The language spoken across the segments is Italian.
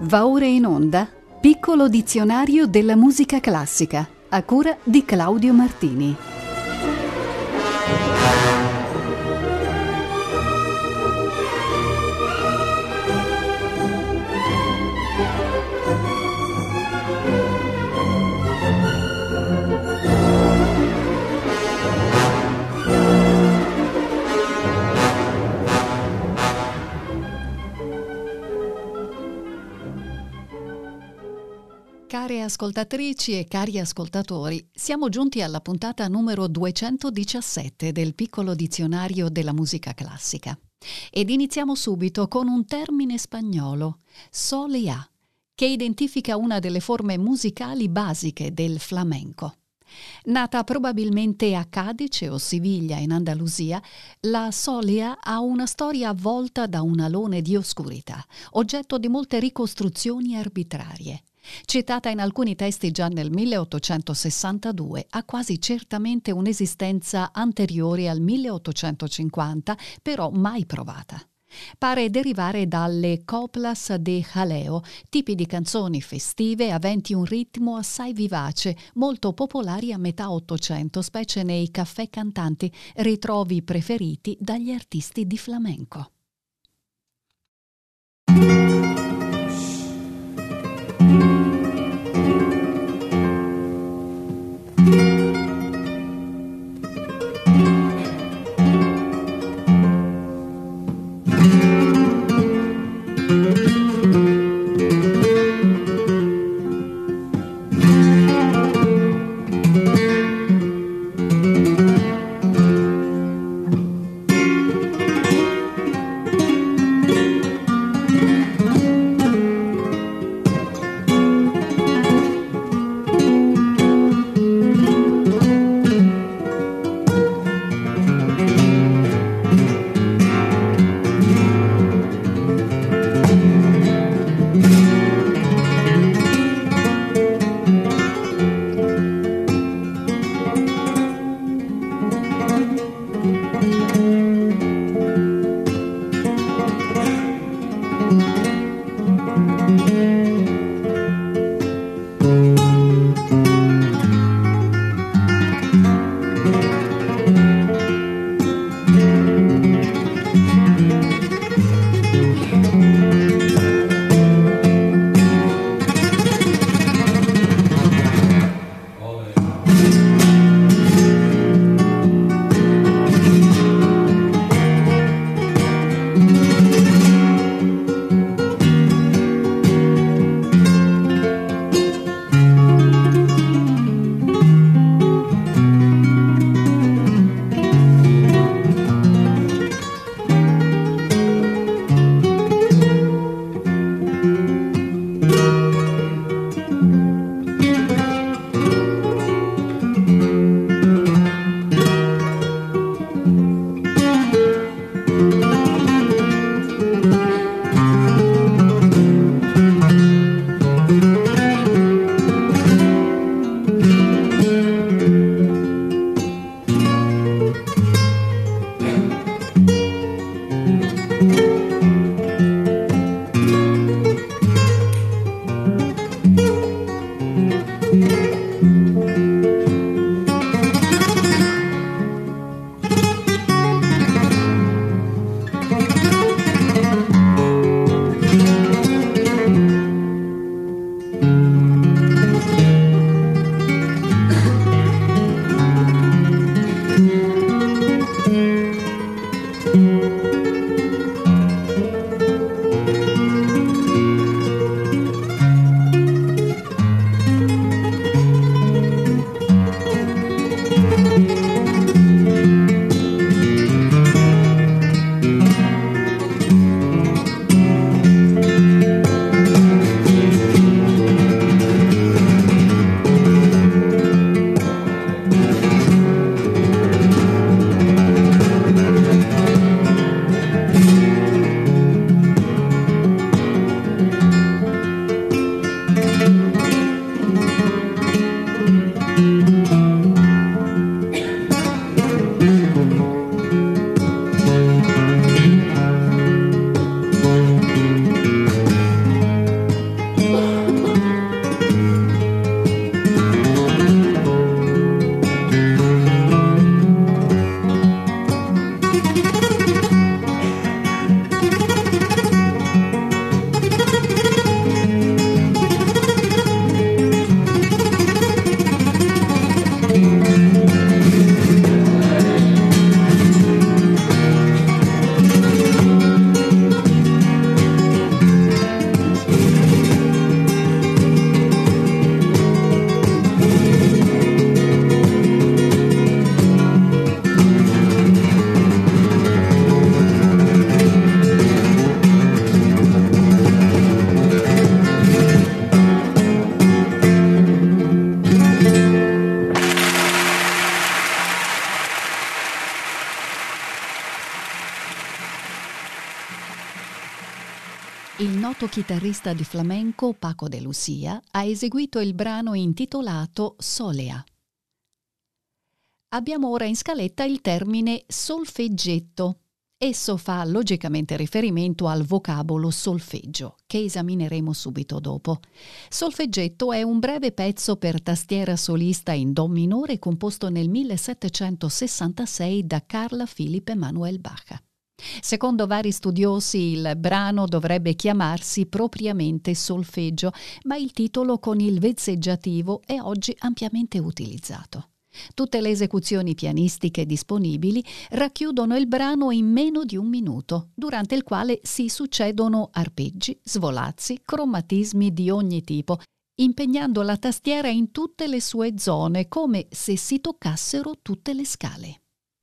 Va ora in onda Piccolo dizionario della musica classica, a cura di Claudio Martini. Care ascoltatrici e cari ascoltatori, siamo giunti alla puntata numero 217 del Piccolo dizionario della musica classica. Ed iniziamo subito con un termine spagnolo, soleá, che identifica una delle forme musicali basiche del flamenco. Nata probabilmente a Cadice o Siviglia in Andalusia, la soleá ha una storia avvolta da un alone di oscurità, oggetto di molte ricostruzioni arbitrarie. Citata in alcuni testi già nel 1862, ha quasi certamente un'esistenza anteriore al 1850, però mai provata. Pare derivare dalle coplas de jaleo, tipi di canzoni festive aventi un ritmo assai vivace, molto popolari a metà Ottocento, specie nei caffè cantanti, ritrovi preferiti dagli artisti di flamenco. noto chitarrista di flamenco Paco de Lucia ha eseguito il brano intitolato Solea. Abbiamo ora in scaletta il termine solfeggetto. Esso fa logicamente riferimento al vocabolo solfeggio, che esamineremo subito dopo. Solfeggetto è un breve pezzo per tastiera solista in do minore composto nel 1766 da Carl Philipp Emanuel Bach. Secondo vari studiosi il brano dovrebbe chiamarsi propriamente solfeggio, ma il titolo con il vezzeggiativo è oggi ampiamente utilizzato. Tutte le esecuzioni pianistiche disponibili racchiudono il brano in meno di un minuto, durante il quale si succedono arpeggi, svolazzi, cromatismi di ogni tipo, impegnando la tastiera in tutte le sue zone, come se si toccassero tutte le scale.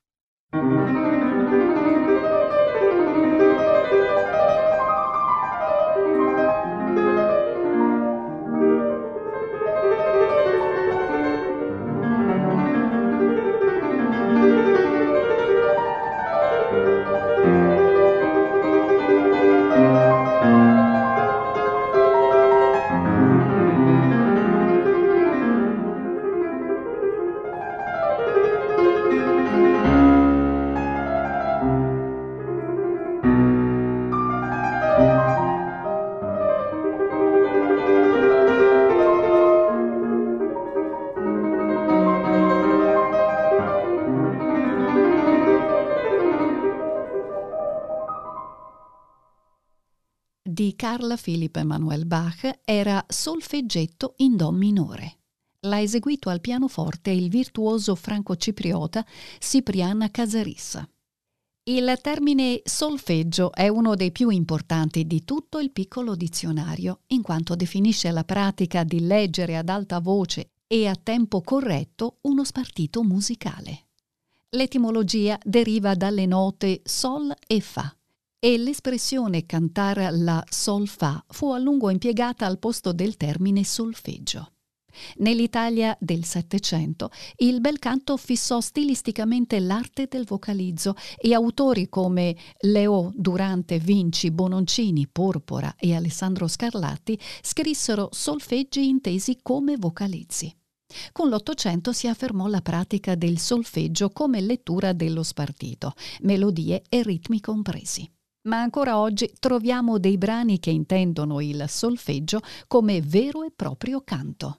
Di Carl Philipp Emanuel Bach era Solfeggetto in do minore. L'ha eseguito al pianoforte il virtuoso franco-cipriota Ciprian Casarissa. Il termine solfeggio è uno dei più importanti di tutto il piccolo dizionario, in quanto definisce la pratica di leggere ad alta voce e a tempo corretto uno spartito musicale. L'etimologia deriva dalle note sol e fa, e l'espressione cantare la sol-fa fu a lungo impiegata al posto del termine solfeggio. Nell'Italia del Settecento il bel canto fissò stilisticamente l'arte del vocalizzo e autori come Leò, Durante, Vinci, Bononcini, Porpora e Alessandro Scarlatti scrissero solfeggi intesi come vocalizzi. Con l'Ottocento si affermò la pratica del solfeggio come lettura dello spartito, melodie e ritmi compresi. Ma ancora oggi troviamo dei brani che intendono il solfeggio come vero e proprio canto.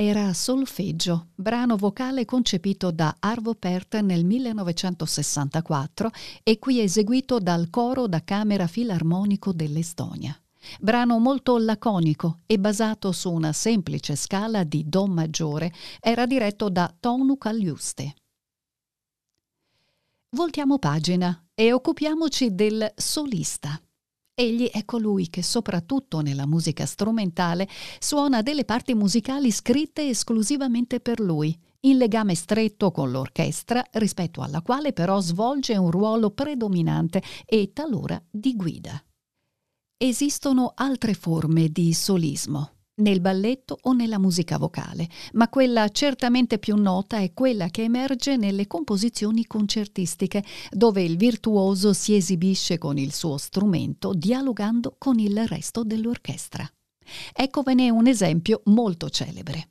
era Solfeggio, brano vocale concepito da Arvo Pärt nel 1964 e qui eseguito dal Coro da Camera Filarmonico dell'Estonia. Brano molto laconico e basato su una semplice scala di Do maggiore, era diretto da Tonu Kaljuste. Voltiamo pagina e occupiamoci del solista. Egli è colui che, soprattutto nella musica strumentale, suona delle parti musicali scritte esclusivamente per lui, in legame stretto con l'orchestra, rispetto alla quale però svolge un ruolo predominante e talora di guida. Esistono altre forme di solismo, nel balletto o nella musica vocale, ma quella certamente più nota è quella che emerge nelle composizioni concertistiche, dove il virtuoso si esibisce con il suo strumento dialogando con il resto dell'orchestra. Eccovene un esempio molto celebre.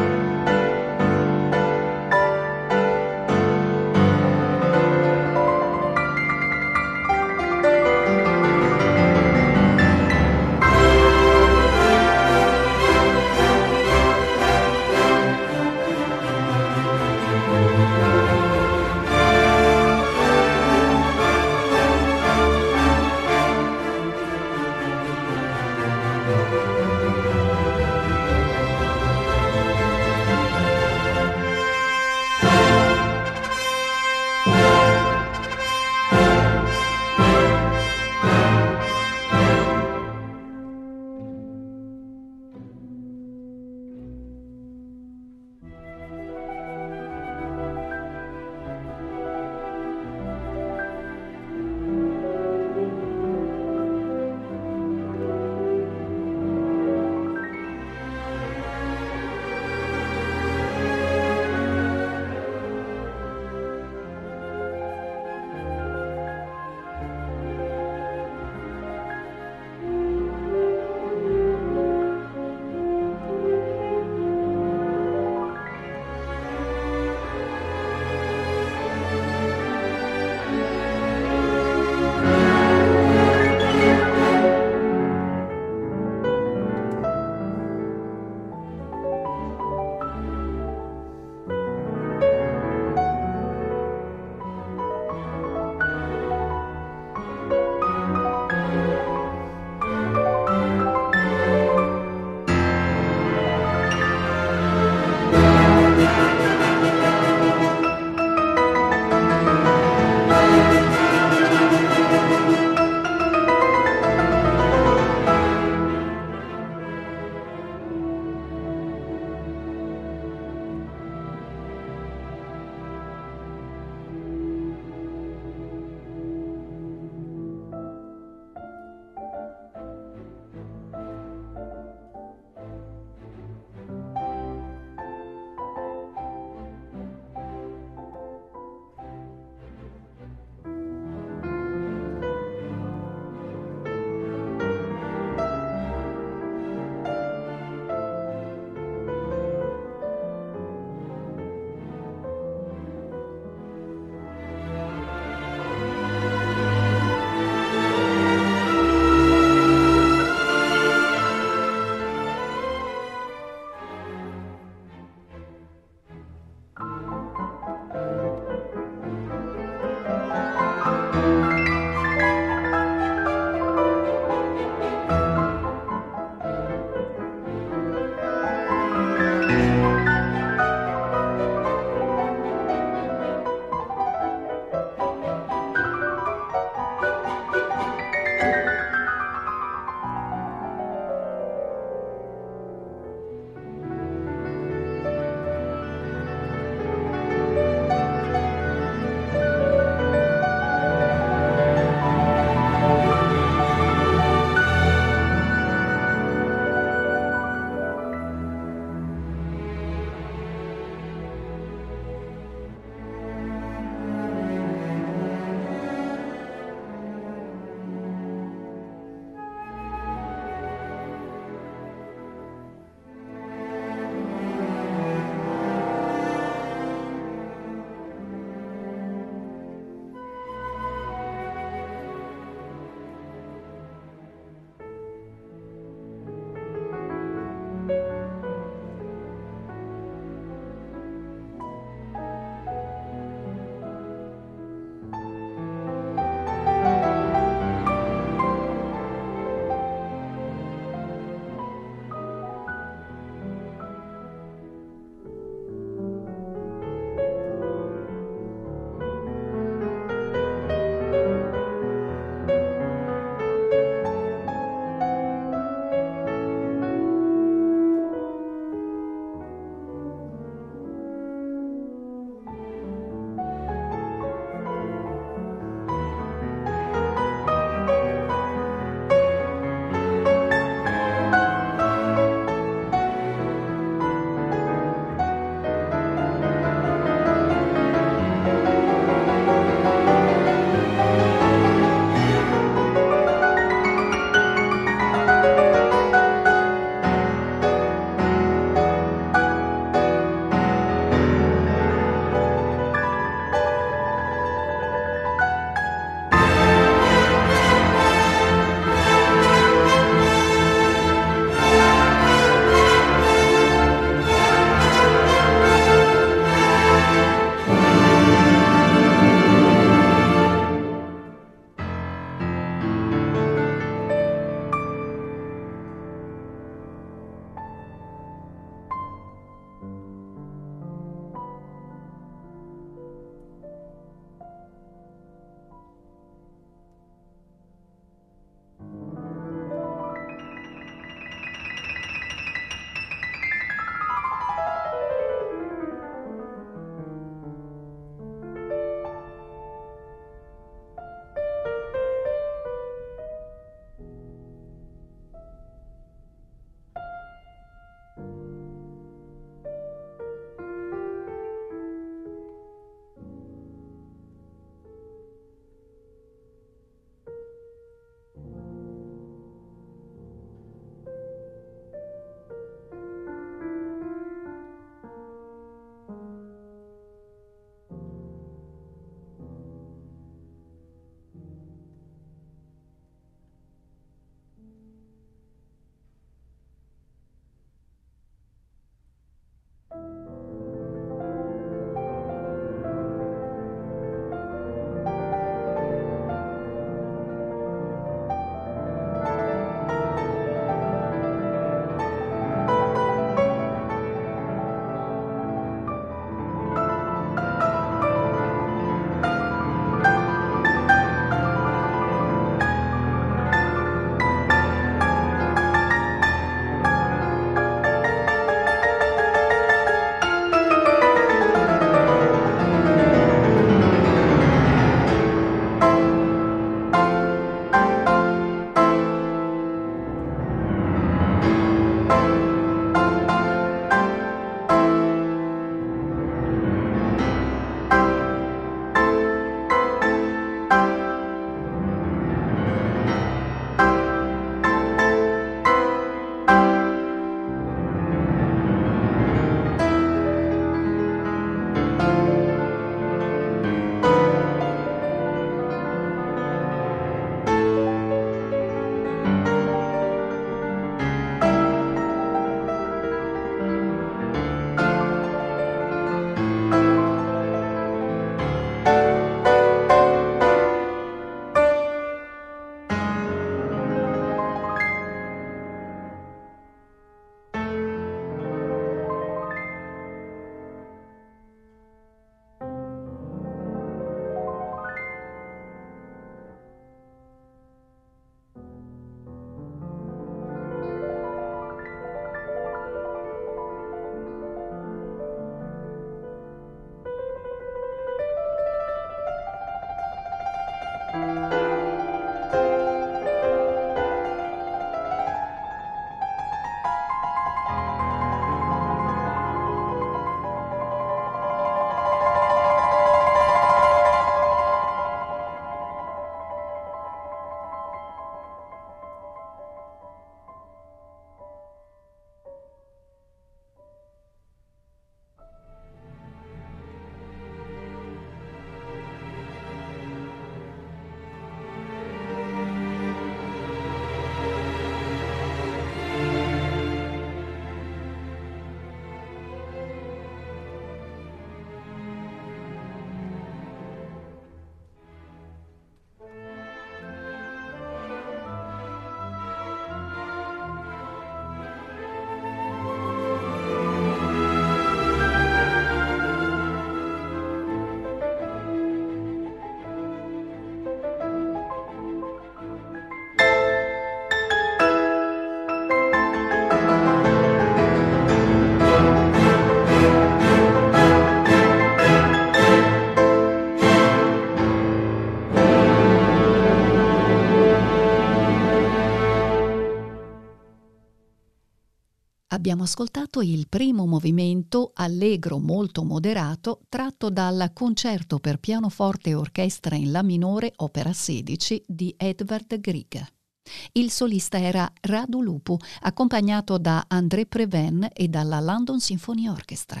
Abbiamo ascoltato il primo movimento allegro molto moderato tratto dal Concerto per pianoforte e orchestra in La minore, opera 16 di Edvard Grieg. Il solista era Radu Lupu, accompagnato da André Previn e dalla London Symphony Orchestra.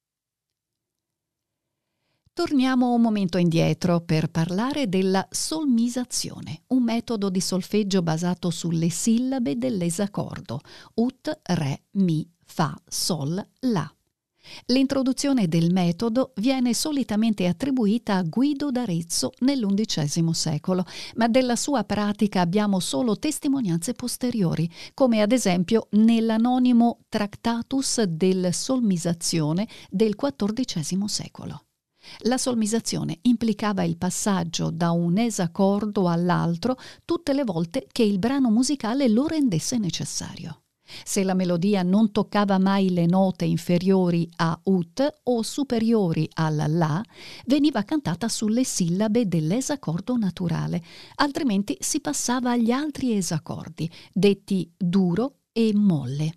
Torniamo un momento indietro per parlare della solmisazione, un metodo di solfeggio basato sulle sillabe dell'esaccordo ut, re, mi, fa, sol, la. L'introduzione del metodo viene solitamente attribuita a Guido d'Arezzo nell'XI secolo, ma della sua pratica abbiamo solo testimonianze posteriori, come ad esempio nell'anonimo Tractatus del solmisazione del XIV secolo. La solmisazione implicava il passaggio da un esaccordo all'altro tutte le volte che il brano musicale lo rendesse necessario. Se la melodia non toccava mai le note inferiori a ut o superiori alla la, veniva cantata sulle sillabe dell'esaccordo naturale, altrimenti si passava agli altri esaccordi, detti duro e molle.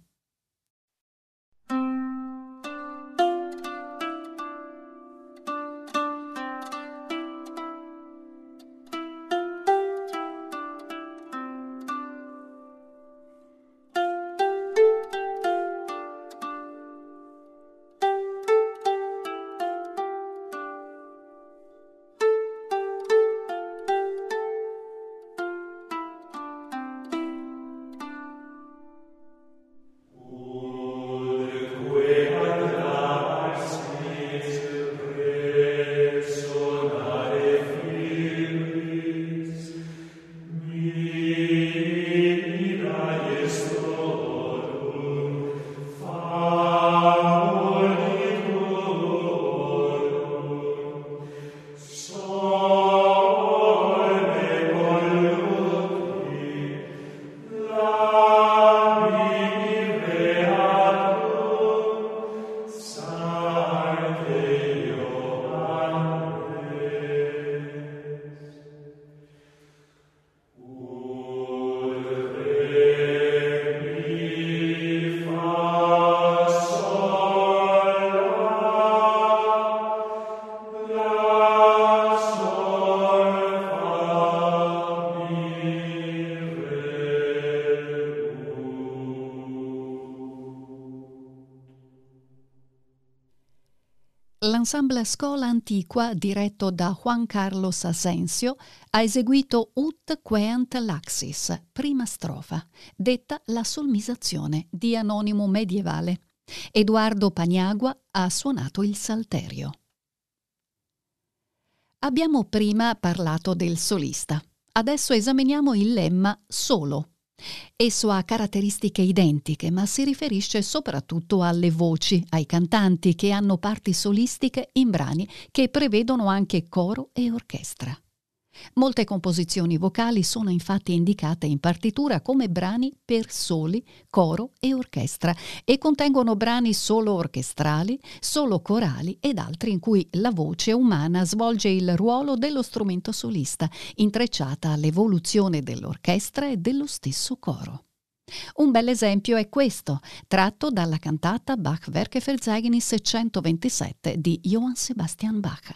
L'ensemble Scola Antiqua, diretto da Juan Carlos Asensio, ha eseguito Ut queant laxis, prima strofa, detta la solmisazione di anonimo medievale. Edoardo Paniagua ha suonato il salterio. Abbiamo prima parlato del solista. Adesso esaminiamo il lemma solo. Esso ha caratteristiche identiche, ma si riferisce soprattutto alle voci, ai cantanti che hanno parti solistiche in brani che prevedono anche coro e orchestra. Molte composizioni vocali sono infatti indicate in partitura come brani per soli, coro e orchestra e contengono brani solo orchestrali, solo corali ed altri in cui la voce umana svolge il ruolo dello strumento solista, intrecciata all'evoluzione dell'orchestra e dello stesso coro. Un bel esempio è questo, tratto dalla cantata Bach-Werke-Verzeichnis 127 di Johann Sebastian Bach.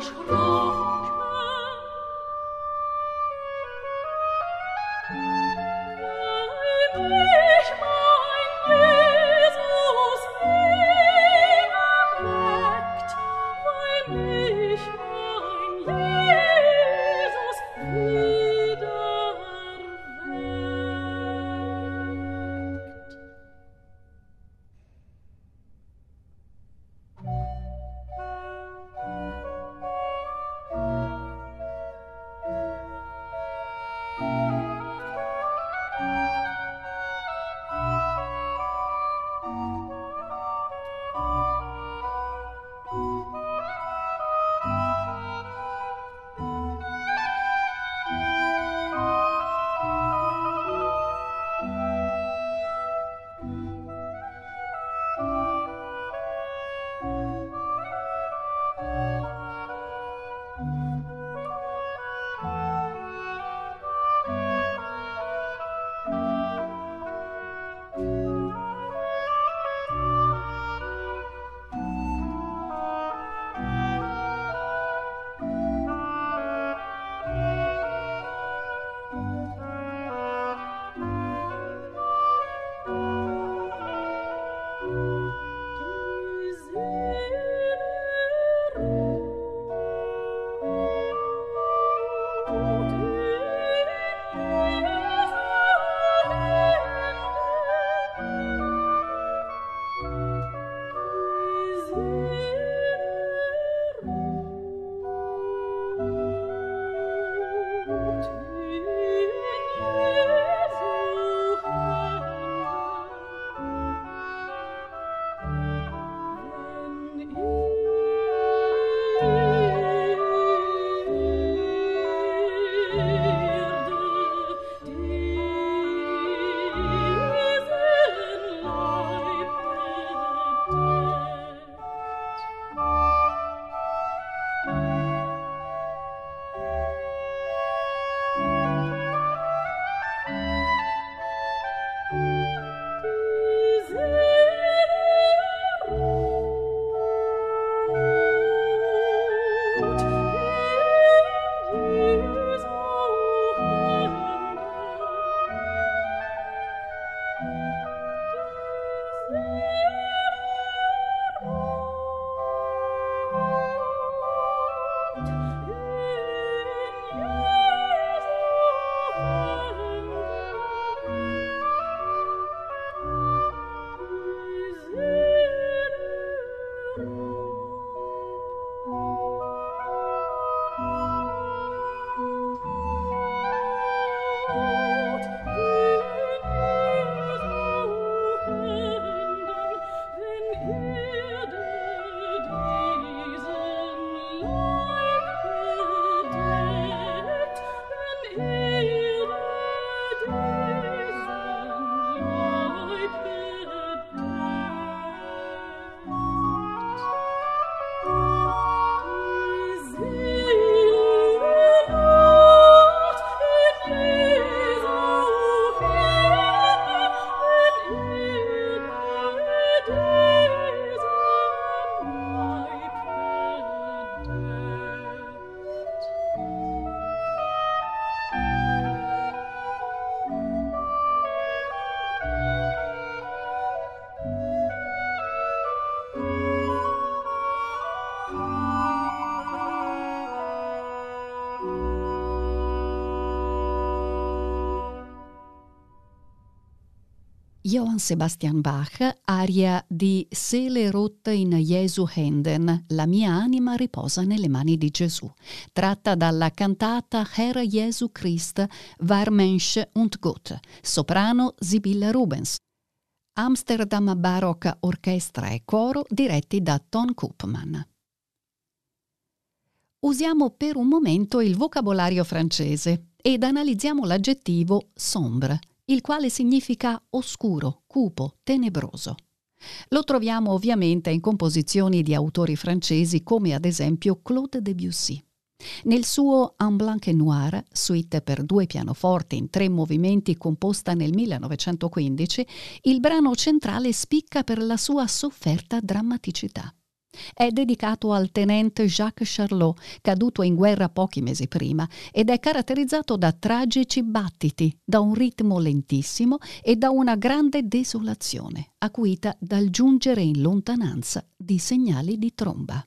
Johann Sebastian Bach, aria di Seele ruht in Jesu Händen, la mia anima riposa nelle mani di Gesù, tratta dalla cantata Herr Jesu Christ war Mensch und Gott, soprano Sibylla Rubens. Amsterdam Baroque Orchestra e Coro diretti da Ton Koopman. Usiamo per un momento il vocabolario francese ed analizziamo l'aggettivo sombre, il quale significa oscuro, cupo, tenebroso. Lo troviamo ovviamente in composizioni di autori francesi come ad esempio Claude Debussy. Nel suo En Blanc et Noir, suite per 2 pianoforti in 3 movimenti composta nel 1915, il brano centrale spicca per la sua sofferta drammaticità. È dedicato al tenente Jacques Charlot, caduto in guerra pochi mesi prima, ed è caratterizzato da tragici battiti, da un ritmo lentissimo e da una grande desolazione, acuita dal giungere in lontananza di segnali di tromba.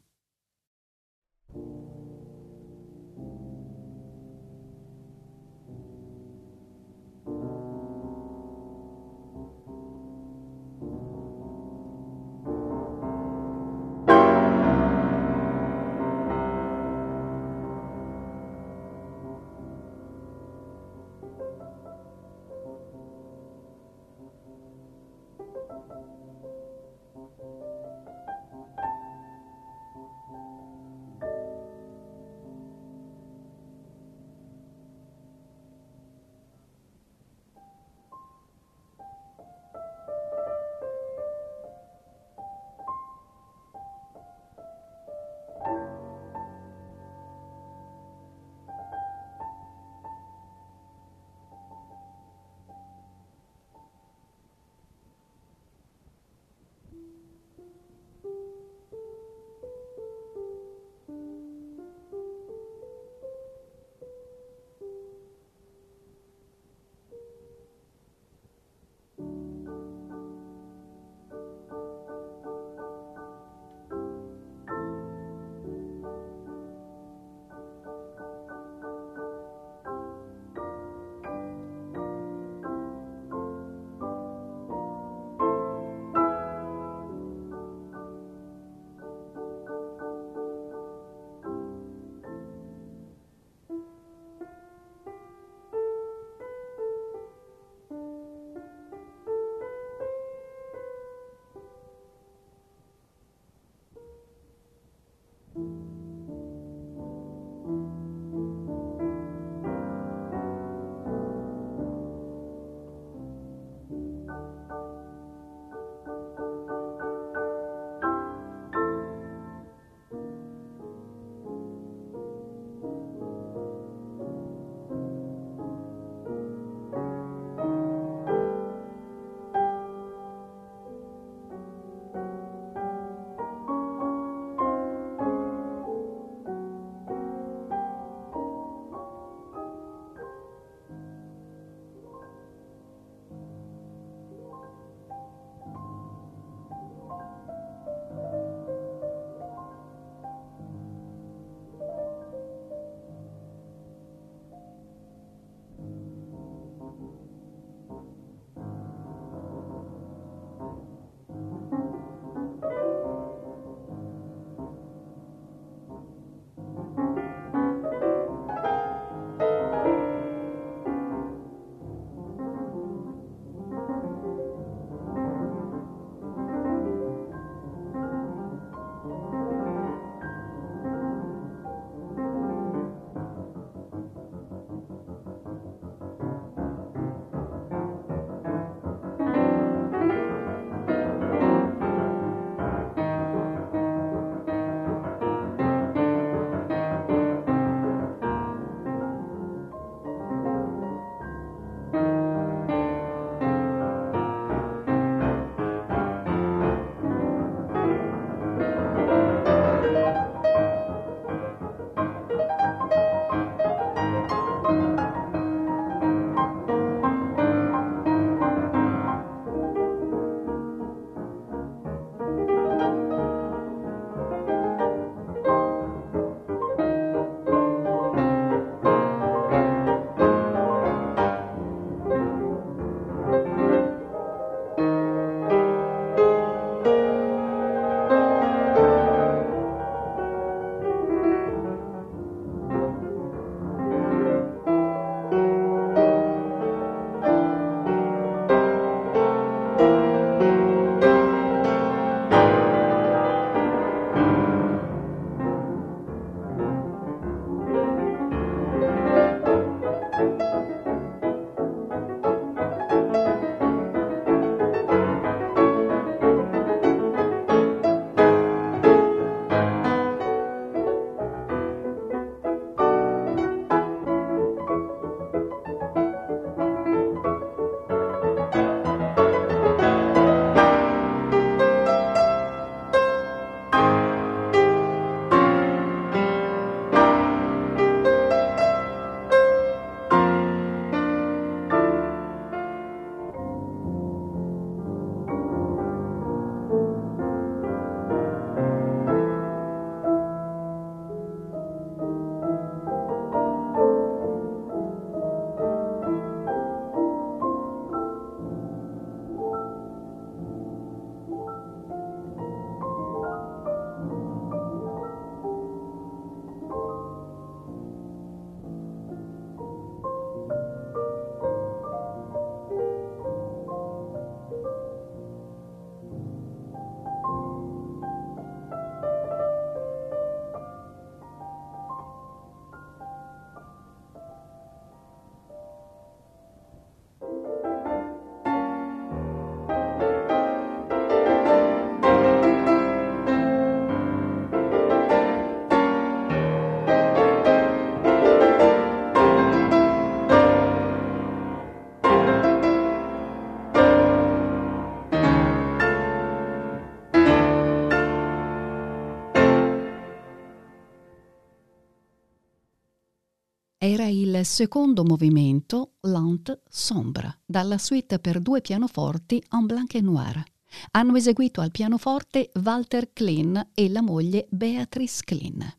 Era il secondo movimento Lente sombre, dalla suite per 2 pianoforti en blanc et noir. Hanno eseguito al pianoforte Walter Klein e la moglie Beatrice Klein.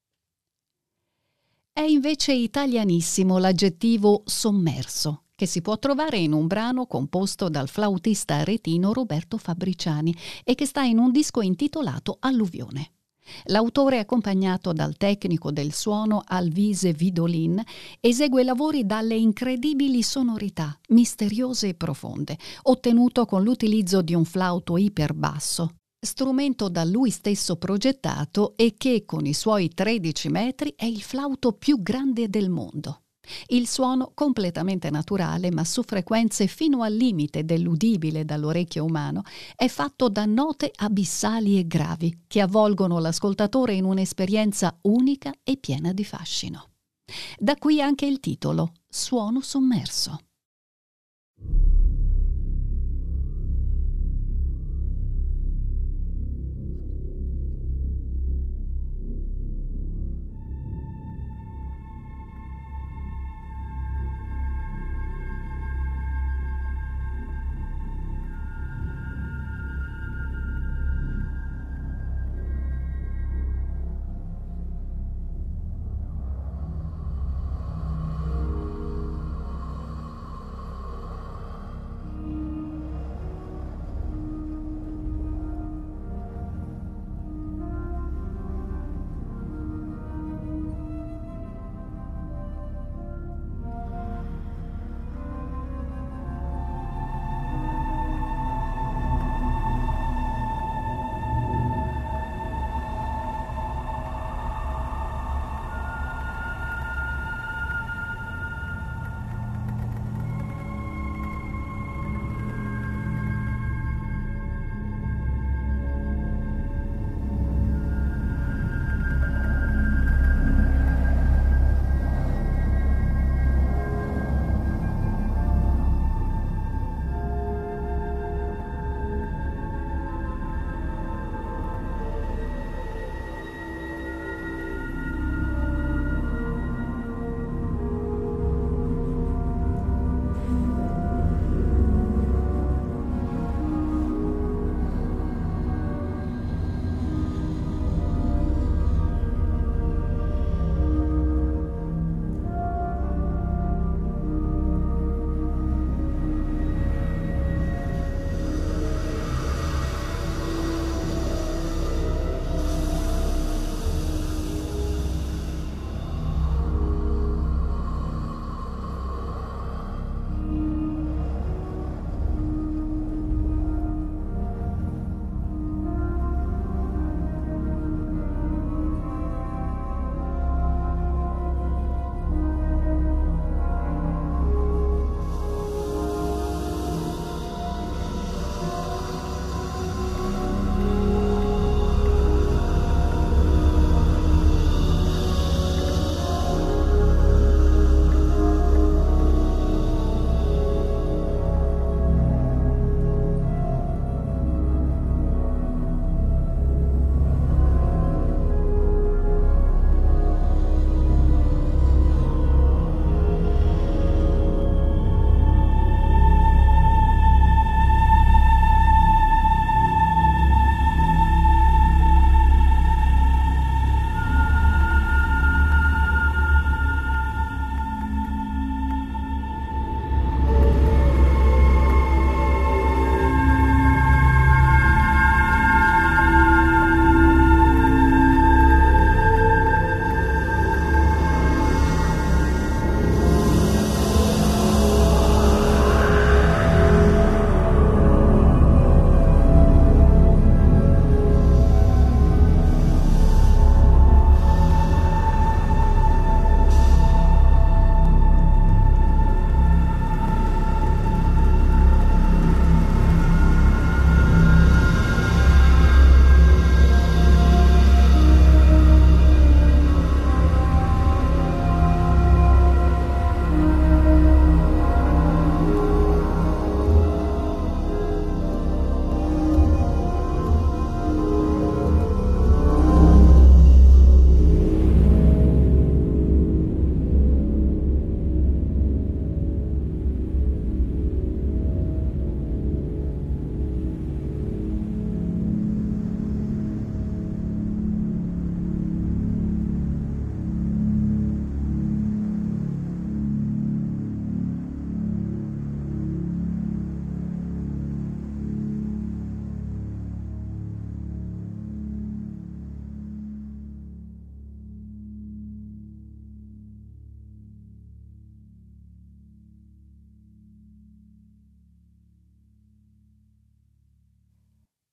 È invece italianissimo l'aggettivo sommerso, che si può trovare in un brano composto dal flautista aretino Roberto Fabbriciani e che sta in un disco intitolato Alluvione. L'autore, accompagnato dal tecnico del suono Alvise Vidolin, esegue lavori dalle incredibili sonorità, misteriose e profonde, ottenuto con l'utilizzo di un flauto iperbasso, strumento da lui stesso progettato e che, con i suoi 13 metri, è il flauto più grande del mondo. Il suono, completamente naturale ma su frequenze fino al limite dell'udibile dall'orecchio umano, è fatto da note abissali e gravi che avvolgono l'ascoltatore in un'esperienza unica e piena di fascino. Da qui anche il titolo, Suono sommerso.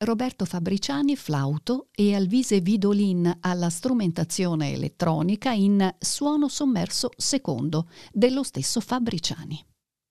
Roberto Fabriciani flauto e Alvise Vidolin alla strumentazione elettronica in Suono sommerso secondo dello stesso Fabriciani.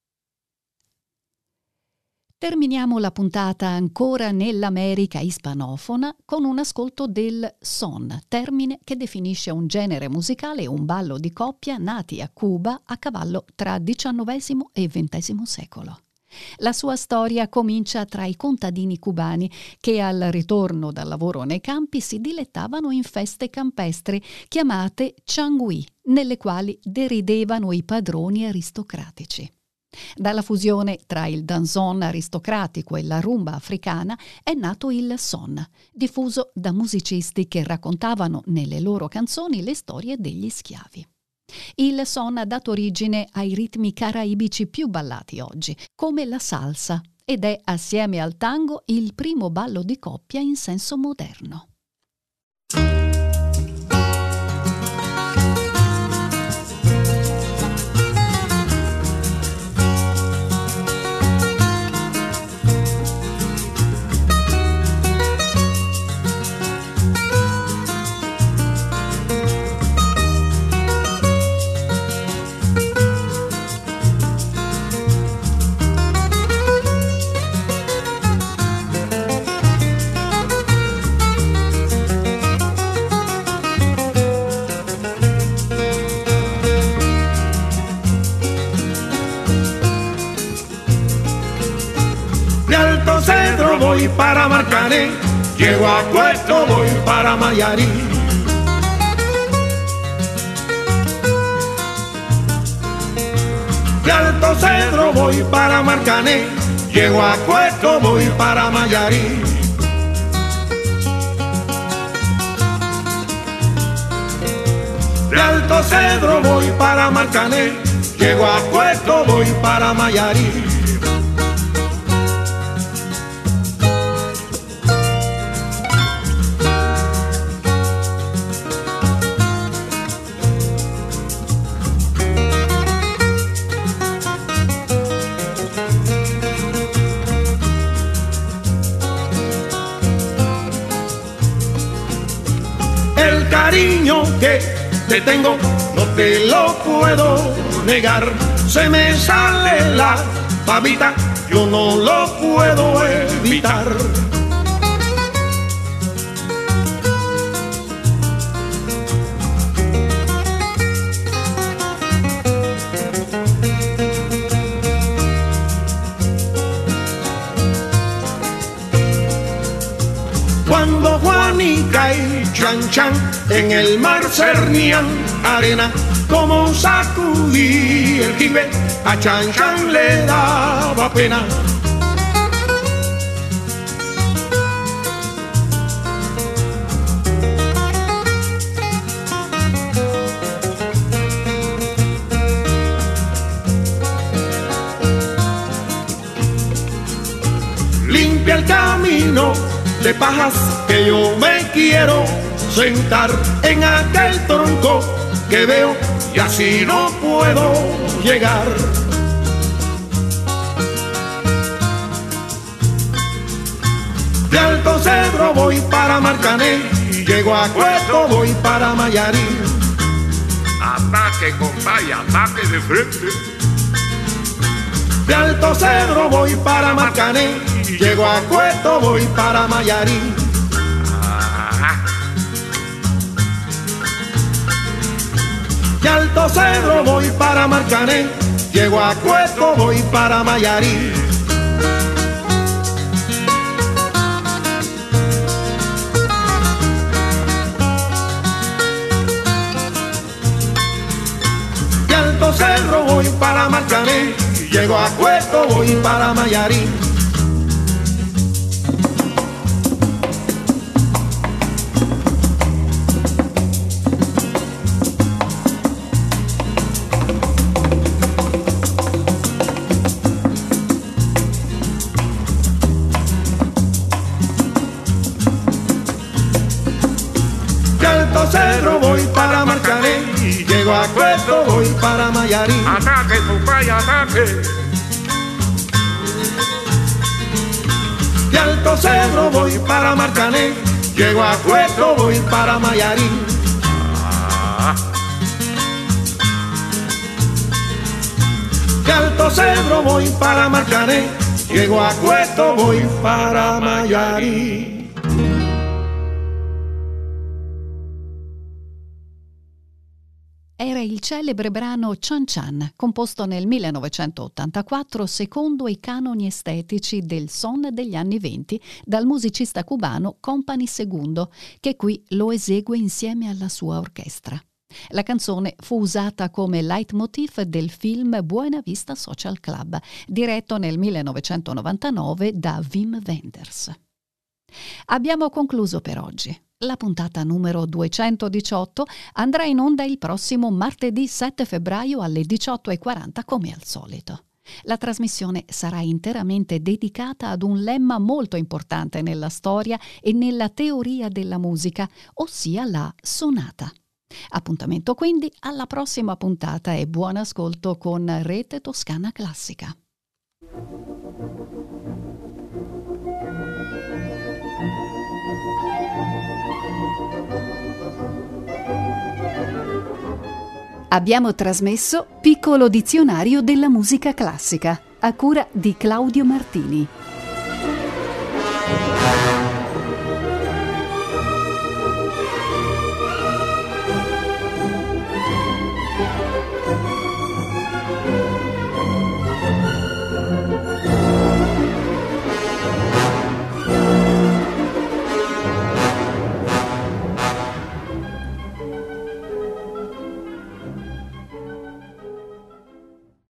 Terminiamo la puntata ancora nell'America ispanofona con un ascolto del son, termine che definisce un genere musicale e un ballo di coppia nati a Cuba a cavallo tra XIX e XX secolo. La sua storia comincia tra i contadini cubani che al ritorno dal lavoro nei campi si dilettavano in feste campestri chiamate changui, nelle quali deridevano i padroni aristocratici. Dalla fusione tra il danzón aristocratico e la rumba africana è nato il son, diffuso da musicisti che raccontavano nelle loro canzoni le storie degli schiavi. Il son ha dato origine ai ritmi caraibici più ballati oggi, come la salsa, ed è, assieme al tango, il primo ballo di coppia in senso moderno. Cedro voy para Marcané, llego a Puerto, voy para Mayarí. De Alto Cedro voy para Marcané, llego a Puerto, voy para Mayarí. De Alto Cedro voy para Marcané, llego a Puerto, voy para Mayarí. Cariño que te tengo, no te lo puedo negar. Se me sale la babita, yo no lo puedo evitar. Cuando Juanica y Chan Chan en el mar cernían arena, como sacudí el jibe, a Chan Chan le daba pena. Limpia el camino de pajas que yo me quiero sentar en aquel tronco que veo y así no puedo llegar. De Alto Cedro voy para Marcané, llego a Cueto, voy para Mayarí. Ataque, compadre, ataque de frente. De Alto Cedro voy para Marcané, llego a Cueto, voy para Mayarí. De Alto Cedro voy para Marcané, llego a Cueto, voy para Mayarí. De Alto Cedro voy para Marcané, llego a Cueto, voy para Mayarí. De Alto Cedro voy para Marcané, llego a Cueto, voy para Mayarí. Ataque, compadre, ataque. De Alto Alto Cedro voy para Marcané, llego a Cueto voy para Mayarín. De Alto Cedro voy para Marcané, llego a Cueto voy para Mayarín. Era il celebre brano Chan Chan, composto nel 1984 secondo i canoni estetici del son degli anni '20 dal musicista cubano Company II, che qui lo esegue insieme alla sua orchestra. La canzone fu usata come leitmotiv del film Buena Vista Social Club, diretto nel 1999 da Wim Wenders. Abbiamo concluso per oggi. La puntata numero 218 andrà in onda il prossimo martedì 7 febbraio alle 18:40 come al solito. La trasmissione sarà interamente dedicata ad un lemma molto importante nella storia e nella teoria della musica, ossia la sonata. Appuntamento quindi alla prossima puntata e buon ascolto con Rete Toscana Classica. Abbiamo trasmesso Piccolo dizionario della musica classica, a cura di Claudio Martini.